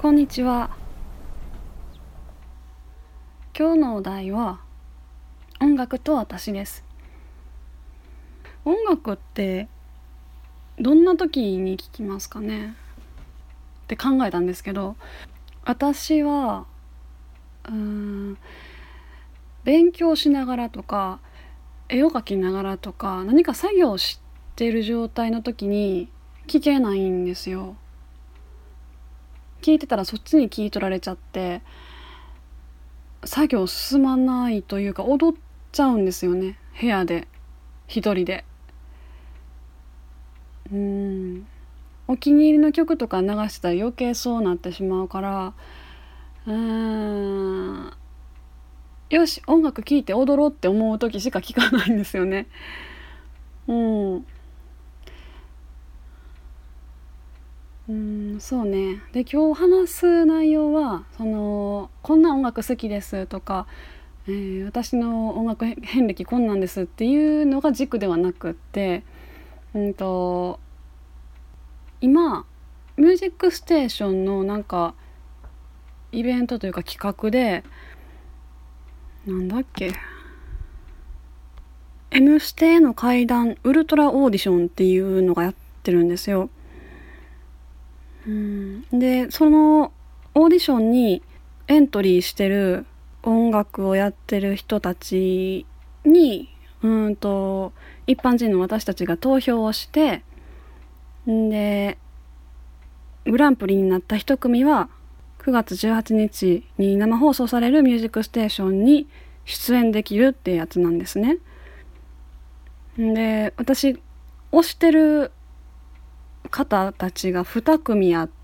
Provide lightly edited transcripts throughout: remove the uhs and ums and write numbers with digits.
こんにちは。今日のお題は音楽と私です。音楽ってどんな時に聴きますかねって考えたんですけど、私は勉強しながらとか絵を描きながらとか何か作業している状態の時に聴けないんですよ。聴いてたらそっちに聞い取られちゃって作業進まないというか踊っちゃうんですよね、部屋で一人で。お気に入りの曲とか流してたら余計そうなってしまうから、よし音楽聴いて踊ろうって思う時しか聴かないんですよね。そうね。で今日話す内容はこんな音楽好きですとか、私の音楽遍歴こんなんですっていうのが軸ではなくって、今ミュージックステーションのなんかイベントというか企画でなんだっけ、 M ステの怪談ウルトラオーディションっていうのがやってるんですよ。でそのオーディションにエントリーしてる音楽をやってる人たちに一般人の私たちが投票をして、でグランプリになった一組は9月18日に生放送されるミュージックステーションに出演できるってやつなんですね。で私推してる方たちが2組あって、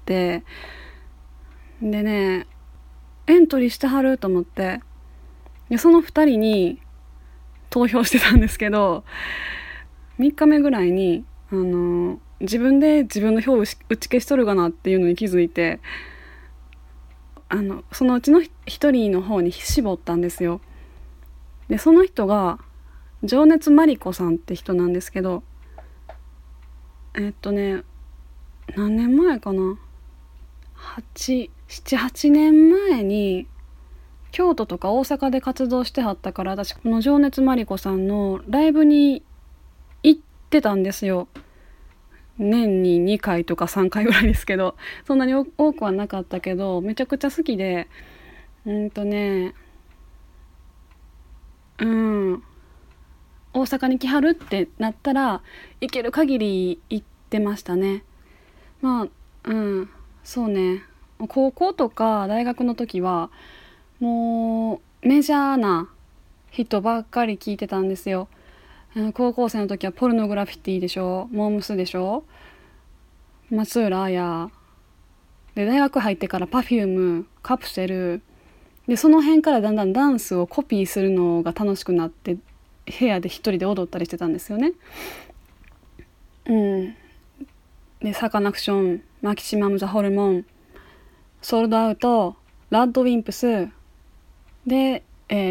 でねエントリーしてはると思って、でその2人に投票してたんですけど、3日目ぐらいに自分で自分の票を打ち消しとるかなっていうのに気づいて、そのうちの1人の方に絞ったんですよ。でその人が情熱マリコさんって人なんですけど、何年前かな、7、8年前に京都とか大阪で活動してはったから、私この情熱マリコさんのライブに行ってたんですよ。年に2回とか3回ぐらいですけど、そんなに多くはなかったけどめちゃくちゃ好きで、大阪に来はるってなったら行ける限り行ってましたね。そうね。高校とか大学の時はもうメジャーな人ばっかり聞いてたんですよ。高校生の時はポルノグラフィティでしょ、モームスでしょ、松浦綾で、大学入ってからパフューム、カプセルで、その辺からだんだんダンスをコピーするのが楽しくなって部屋で一人で踊ったりしてたんですよね。でサカナクション、マキシマム・ザ・ホルモン、ソールドアウト、ラッドウィンプスで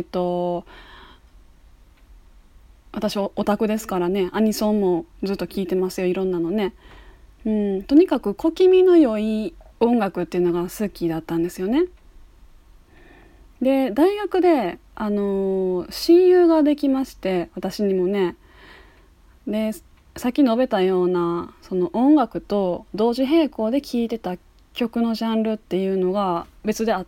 私オタクですからね、アニソンもずっと聴いてますよ、いろんなのね。とにかく小気味の良い音楽っていうのが好きだったんですよね。で大学で、親友ができまして、私にもね。でさっき述べたようなその音楽と同時並行で聴いてた曲のジャンルっていうのが別であって、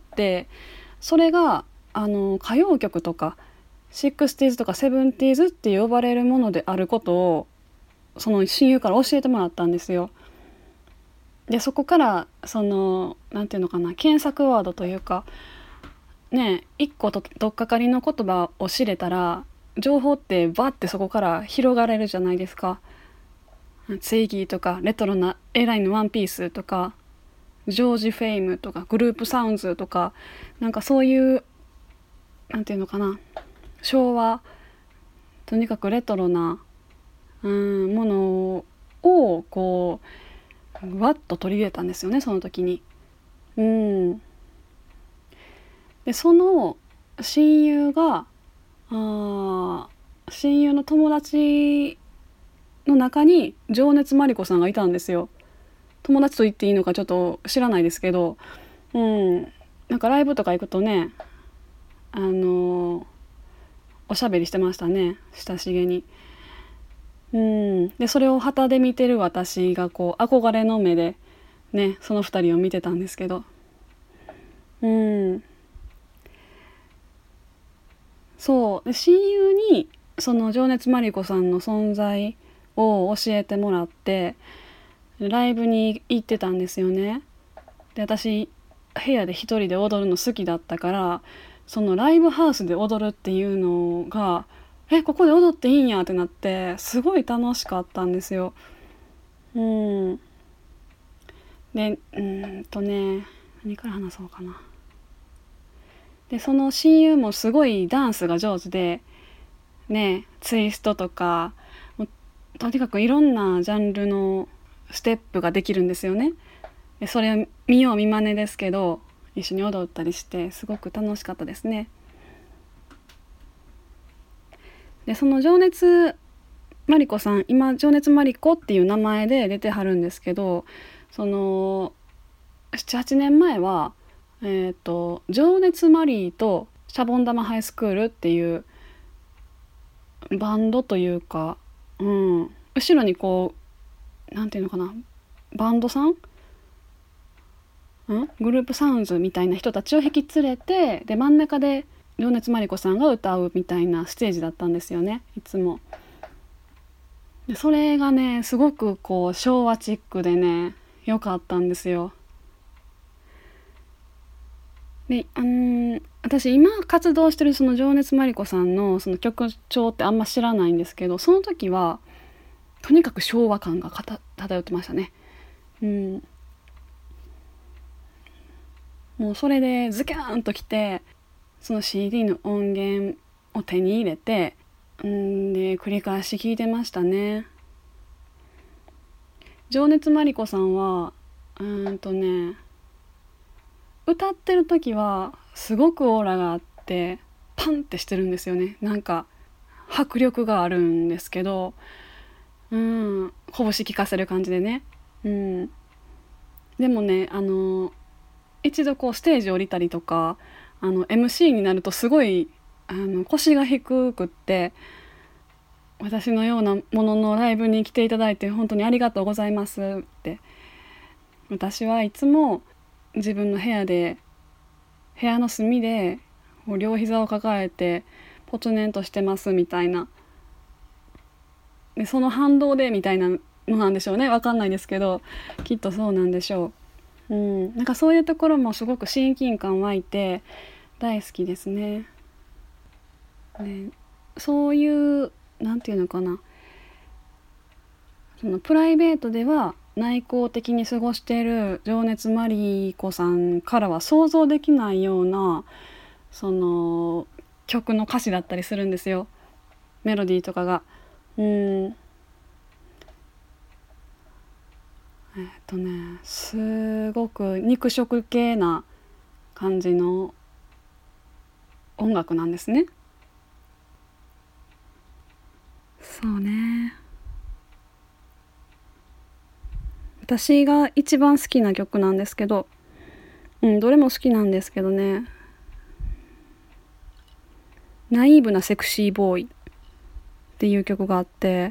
それが歌謡曲とか 60s とか 70s って呼ばれるものであることをその親友から教えてもらったんですよ。でそこからなんていうのかな、検索ワードというかね、一個と取っかかりの言葉を知れたら情報ってバッてそこから広がれるじゃないですか。ツイギーとかレトロなエラインのワンピースとかジョージ・フェイムとかグループサウンズとか、なんかそういうなんていうのかな、昭和、とにかくレトロなものをこうわっと取り入れたんですよね、その時に。でその親友が親友の友達の中に情熱マリコさんがいたんですよ。友達と言っていいのかちょっと知らないですけど、 うん、なんかライブとか行くとね、あのおしゃべりしてましたね、親しげに。うん、でそれを旗で見てる私がこう憧れの目でね、その二人を見てたんですけど、うん、そうで親友にその情熱マリコさんの存在を教えてもらってライブに行ってたんですよね。で私部屋で一人で踊るの好きだったから、そのライブハウスで踊るっていうのがここで踊っていいんやってなってすごい楽しかったんですよ。うん。で何から話そうかな。でその親友もすごいダンスが上手でね、ツイストとかもうとにかくいろんなジャンルのステップができるんですよね。でそれを見よう見まねですけど一緒に踊ったりしてすごく楽しかったですね。でその情熱マリコさん、今情熱マリコっていう名前で出てはるんですけど、その78年前は情熱マリーとシャボン玉ハイスクールっていうバンドというか、うん、後ろにこうなんていうのかな、バンドさん、グループサウンズみたいな人たちを引き連れて、で真ん中で情熱マリコさんが歌うみたいなステージだったんですよね、いつも。でそれがねすごくこう昭和チックでね良かったんですよ。で私今活動してるその情熱マリコさんのその曲調ってあんま知らないんですけど、その時はとにかく昭和感が漂ってましたね。うん、もうそれでズキャーンときて、その CD の音源を手に入れて、で繰り返し聴いてましたね。情熱マリコさんは歌ってる時はすごくオーラがあってパンってしてるんですよね。なんか迫力があるんですけど、拳効かせる感じでね。うん、でもね一度こうステージ降りたりとかMC になるとすごい腰が低くって、私のようなもののライブに来ていただいて本当にありがとうございますって、私はいつも自分の部屋で部屋の隅で両膝を抱えてポツネンとしてますみたいな、でその反動でみたいなのなんでしょうね、わかんないですけどきっとそうなんでしょう。なんかそういうところもすごく親近感湧いて大好きですね。ね、そういうなんていうのかな、そのプライベートでは内向的に過ごしている情熱マリコさんからは想像できないようなその曲の歌詞だったりするんですよ、メロディーとかが。うんすごく肉食系な感じの音楽なんですね。そうね、私が一番好きな曲なんですけど、どれも好きなんですけどね、ナイーブなセクシーボーイっていう曲があって、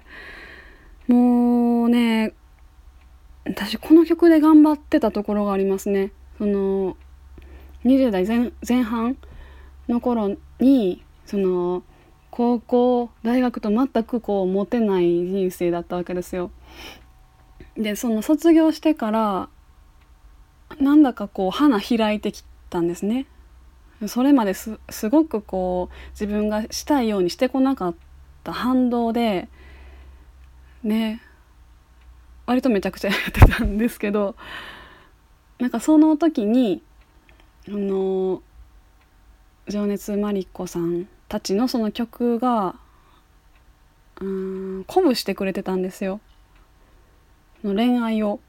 もうね私この曲で頑張ってたところがありますね。その20代前半の頃にその高校大学と全くこうモテない人生だったわけですよ。でその卒業してからなんだかこう花開いてきたんですね。それまですごくこう自分がしたいようにしてこなかった反動でね、割とめちゃくちゃやってたんですけど、なんかその時に情熱マリコさんたちのその曲が鼓舞してくれてたんですよ、恋愛を。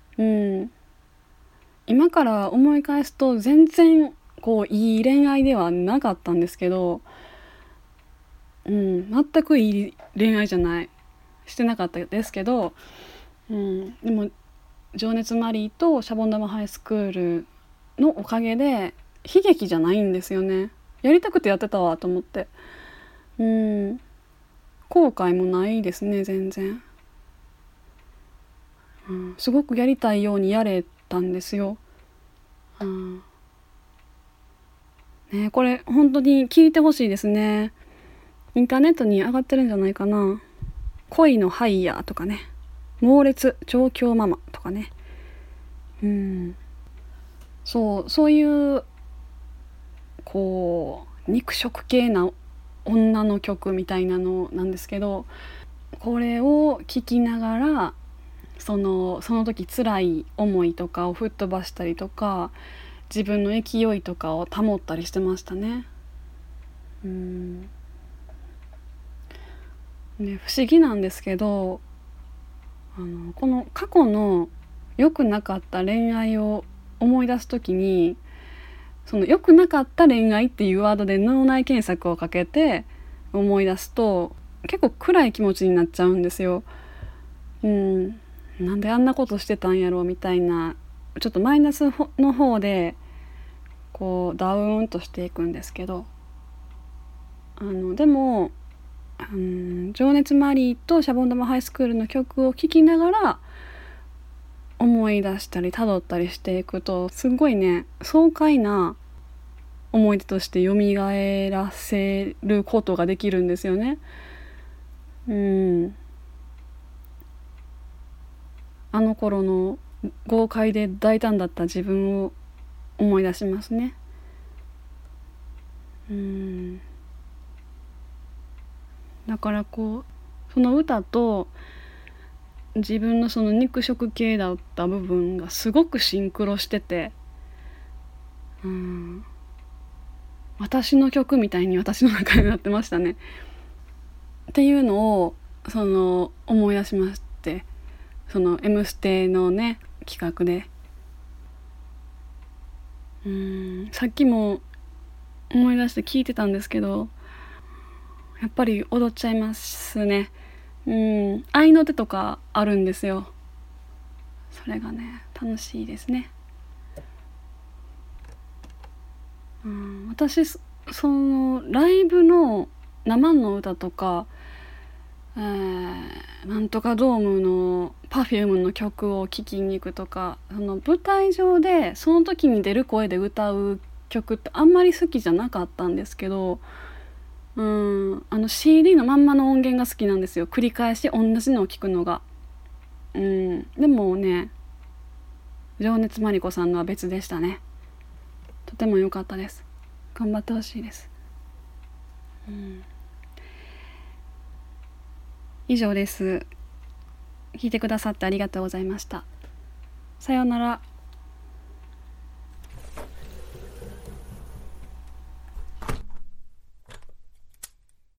今から思い返すと全然こういい恋愛ではなかったんですけど、全くいい恋愛じゃないしてなかったですけど、でも情熱マリーとシャボン玉ハイスクールのおかげで悲劇じゃないんですよね。やりたくてやってたわと思って、後悔もないですね全然。すごくやりたいようにやれたんですよ。ね、これ本当に聞いてほしいですね。インターネットに上がってるんじゃないかな。恋のハイヤーとかね、猛烈調教ママとかね。そういうこう肉食系な女の曲みたいなのなんですけど、これを聴きながらその時辛い思いとかを吹っ飛ばしたりとか、自分の勢いとかを保ったりしてましたね。ね、不思議なんですけど、この過去の良くなかった恋愛を思い出すときに、その良くなかった恋愛っていうワードで脳内検索をかけて思い出すと結構暗い気持ちになっちゃうんですよ。なんであんなことしてたんやろみたいな、ちょっとマイナスの方でこうダウンとしていくんですけど、でも情熱マリーとシャボン玉ハイスクールの曲を聴きながら思い出したり辿ったりしていくと、すごいね爽快な思い出として蘇らせることができるんですよね。あの頃の豪快で大胆だった自分を思い出しますね。だからこうその歌と自分のその肉食系だった部分がすごくシンクロしてて、私の曲みたいに私の中になってましたね。っていうのを思い出しまして、その M ステのね企画で、さっきも思い出して聞いてたんですけど、やっぱり踊っちゃいますね。合いの手とかあるんですよ。それがね楽しいですね。私そのライブの生の歌とか、なんとかドームの Perfume の曲を聴きに行くとか、その舞台上でその時に出る声で歌う曲ってあんまり好きじゃなかったんですけど、CD のまんまの音源が好きなんですよ。繰り返し同じのを聴くのが。でもね、情熱マリコさんのは別でしたね。とても良かったです。頑張ってほしいです。以上です。聞いてくださってありがとうございました。さようなら。